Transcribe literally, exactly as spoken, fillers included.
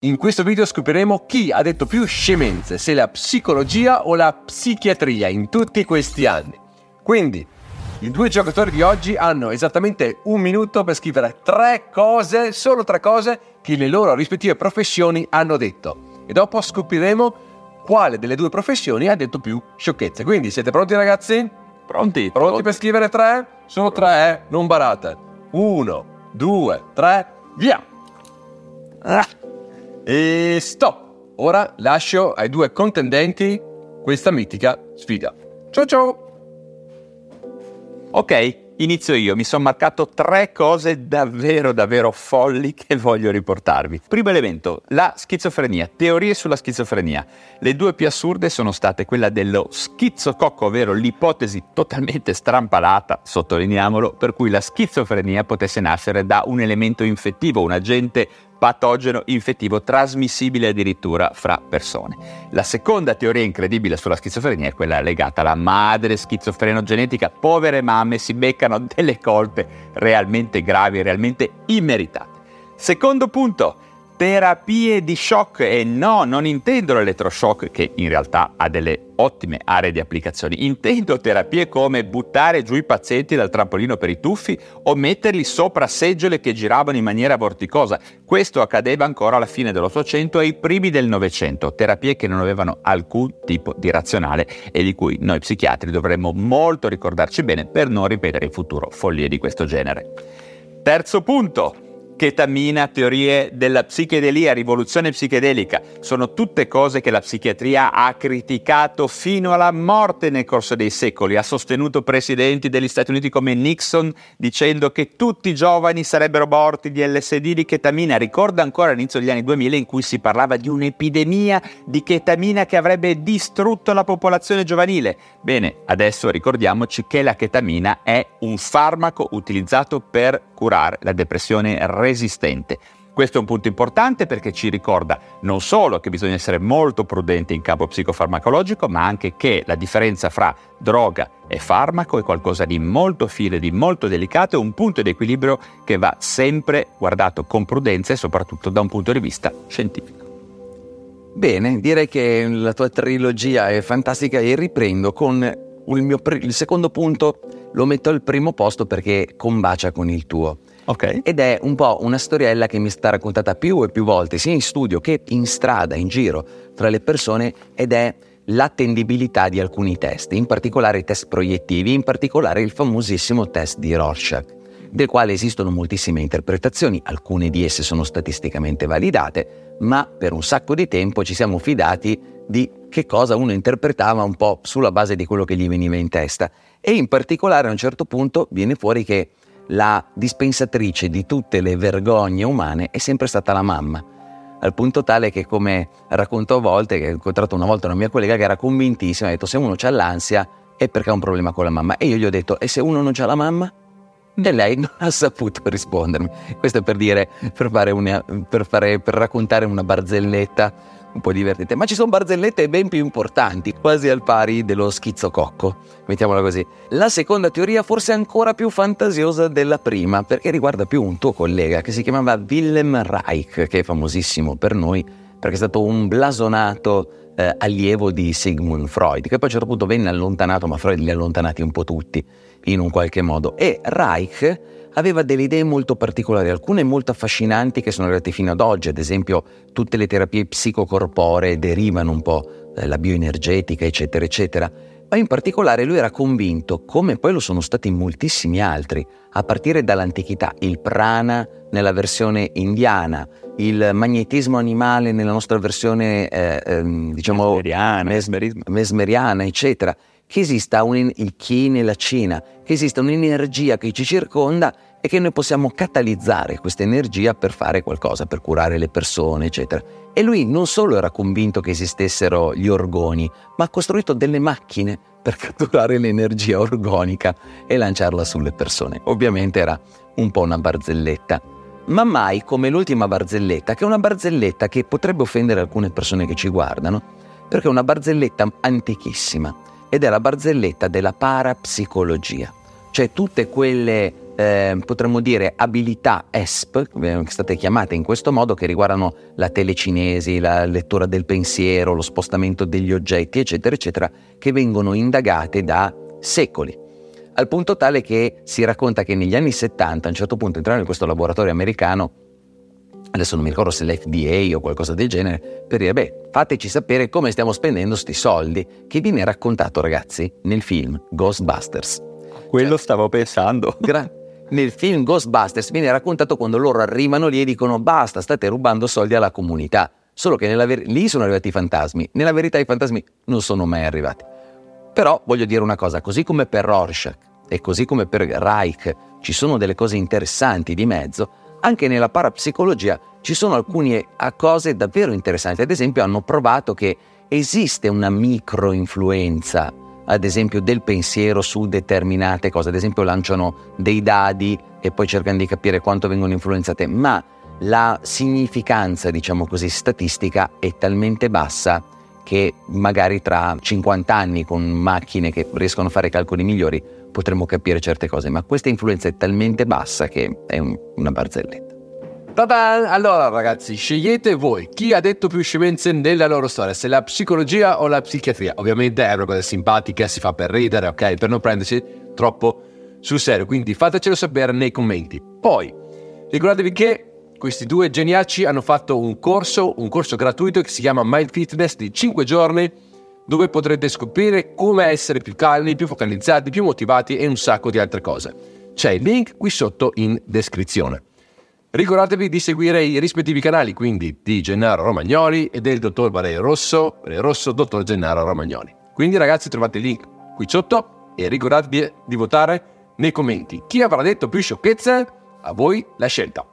In questo video scopriremo chi ha detto più scemenze, se la psicologia o la psichiatria in tutti questi anni. Quindi, i due giocatori di oggi hanno esattamente un minuto per scrivere tre cose, solo tre cose, che le loro rispettive professioni hanno detto. E dopo scopriremo quale delle due professioni ha detto più sciocchezze. Quindi, siete pronti ragazzi? Pronti? Pronti per scrivere tre? Solo tre, eh? Non barate. Uno, due, tre, via! Ah. E stop! Ora lascio ai due contendenti questa mitica sfida. Ciao ciao! Ok, inizio io. Mi sono marcato tre cose davvero davvero folli che voglio riportarvi. Primo elemento, la schizofrenia. Teorie sulla schizofrenia. Le due più assurde sono state quella dello schizococco, ovvero l'ipotesi totalmente strampalata, sottolineiamolo, per cui la schizofrenia potesse nascere da un elemento infettivo, un agente patogeno infettivo trasmissibile addirittura fra persone. La seconda teoria incredibile sulla schizofrenia è quella legata alla madre schizofrenogenetica. Povere mamme si beccano delle colpe realmente gravi, realmente immeritate. Secondo punto, terapie di shock. E no, non intendo l'elettroshock, che in realtà ha delle ottime aree di applicazioni. Intendo terapie come buttare giù i pazienti dal trampolino per i tuffi o metterli sopra seggiole che giravano in maniera vorticosa. Questo accadeva ancora alla fine dell'Ottocento e ai primi del Novecento. Terapie che non avevano alcun tipo di razionale e di cui noi psichiatri dovremmo molto ricordarci bene per non ripetere in futuro follie di questo genere. Terzo punto. Chetamina, teorie della psichedelia, rivoluzione psichedelica, sono tutte cose che la psichiatria ha criticato fino alla morte nel corso dei secoli. Ha sostenuto presidenti degli Stati Uniti come Nixon dicendo che tutti i giovani sarebbero morti di L S D di chetamina. Ricorda ancora all'inizio degli anni duemila in cui si parlava di un'epidemia di chetamina che avrebbe distrutto la popolazione giovanile. Bene, adesso ricordiamoci che la chetamina è un farmaco utilizzato per curare la depressione resistente. Questo è un punto importante perché ci ricorda non solo che bisogna essere molto prudenti in campo psicofarmacologico, ma anche che la differenza fra droga e farmaco è qualcosa di molto fine, di molto delicato, è un punto di equilibrio che va sempre guardato con prudenza e soprattutto da un punto di vista scientifico. Bene, direi che la tua trilogia è fantastica e riprendo con il mio pr- il secondo punto, lo metto al primo posto perché combacia con il tuo. Ok. Ed è un po' una storiella che mi sta raccontata più e più volte, sia in studio che in strada, in giro, tra le persone, ed è l'attendibilità di alcuni test, in particolare i test proiettivi, in particolare il famosissimo test di Rorschach, del quale esistono moltissime interpretazioni, alcune di esse sono statisticamente validate, ma per un sacco di tempo ci siamo fidati di che cosa uno interpretava un po' sulla base di quello che gli veniva in testa. E in particolare a un certo punto viene fuori che la dispensatrice di tutte le vergogne umane è sempre stata la mamma, al punto tale che, come racconto a volte, che ho incontrato una volta una mia collega che era convintissima, ha detto: se uno c'ha l'ansia è perché ha un problema con la mamma. E io gli ho detto: e se uno non c'ha la mamma? E lei non ha saputo rispondermi. Questo è per dire, per fare una, per fare, per raccontare una barzelletta un po' divertente, ma ci sono barzellette ben più importanti, quasi al pari dello schizococco, mettiamola così. La seconda teoria forse è ancora più fantasiosa della prima, perché riguarda più un tuo collega che si chiamava Wilhelm Reich, che è famosissimo per noi perché è stato un blasonato eh, allievo di Sigmund Freud, che poi a un certo punto venne allontanato, ma Freud li ha allontanati un po' tutti in un qualche modo. E Reich aveva delle idee molto particolari, alcune molto affascinanti che sono arrivate fino ad oggi. Ad esempio, tutte le terapie psicocorporee derivano un po' dalla bioenergetica, eccetera eccetera, ma in particolare lui era convinto, come poi lo sono stati moltissimi altri, a partire dall'antichità, il prana nella versione indiana, il magnetismo animale nella nostra versione eh, eh, diciamo mesmeriana, mes- mesmeriana eccetera, che esista un, il chi nella Cina, che esista un'energia che ci circonda e che noi possiamo catalizzare questa energia per fare qualcosa, per curare le persone, eccetera. E lui non solo era convinto che esistessero gli orgoni, ma ha costruito delle macchine per catturare l'energia organica e lanciarla sulle persone. Ovviamente era un po' una barzelletta, ma mai come l'ultima barzelletta, che è una barzelletta che potrebbe offendere alcune persone che ci guardano, perché è una barzelletta antichissima. Ed è la barzelletta della parapsicologia, cioè tutte quelle eh, potremmo dire abilità E S P, che state chiamate in questo modo, che riguardano la telecinesi, la lettura del pensiero, lo spostamento degli oggetti, eccetera, eccetera, che vengono indagate da secoli. Al punto tale che si racconta che negli anni settanta, a un certo punto, entrarono in questo laboratorio americano, adesso non mi ricordo se l'F D A o qualcosa del genere, per dire, beh, fateci sapere come stiamo spendendo sti soldi, che viene raccontato, ragazzi, nel film Ghostbusters. Quello stavo pensando. Gra- nel film Ghostbusters viene raccontato quando loro arrivano lì e dicono basta, state rubando soldi alla comunità. Solo che nella ver- lì sono arrivati i fantasmi, nella verità i fantasmi non sono mai arrivati. Però voglio dire una cosa, così come per Rorschach e così come per Reich ci sono delle cose interessanti di mezzo, anche nella parapsicologia ci sono alcune cose davvero interessanti. Ad esempio hanno provato che esiste una microinfluenza, ad esempio del pensiero su determinate cose. Ad esempio lanciano dei dadi e poi cercano di capire quanto vengono influenzate, ma la significanza, diciamo così, statistica è talmente bassa che magari tra cinquanta anni con macchine che riescono a fare calcoli migliori potremmo capire certe cose, ma questa influenza è talmente bassa che è un, una barzelletta. Ta-da! Allora ragazzi, scegliete voi chi ha detto più scemenze nella loro storia, se la psicologia o la psichiatria. Ovviamente è una cosa simpatica, si fa per ridere, ok? Per non prendersi troppo sul serio, quindi fatecelo sapere nei commenti. Poi, ricordatevi che questi due geniacci hanno fatto un corso, un corso gratuito che si chiama Mind Fitness di cinque giorni, dove potrete scoprire come essere più calmi, più focalizzati, più motivati e un sacco di altre cose. C'è il link qui sotto in descrizione. Ricordatevi di seguire i rispettivi canali, quindi di Gennaro Romagnoli e del dottor Valerio Rosso, Valerio Rosso, dottor Gennaro Romagnoli. Quindi ragazzi trovate il link qui sotto e ricordatevi di votare nei commenti. Chi avrà detto più sciocchezze? A voi la scelta.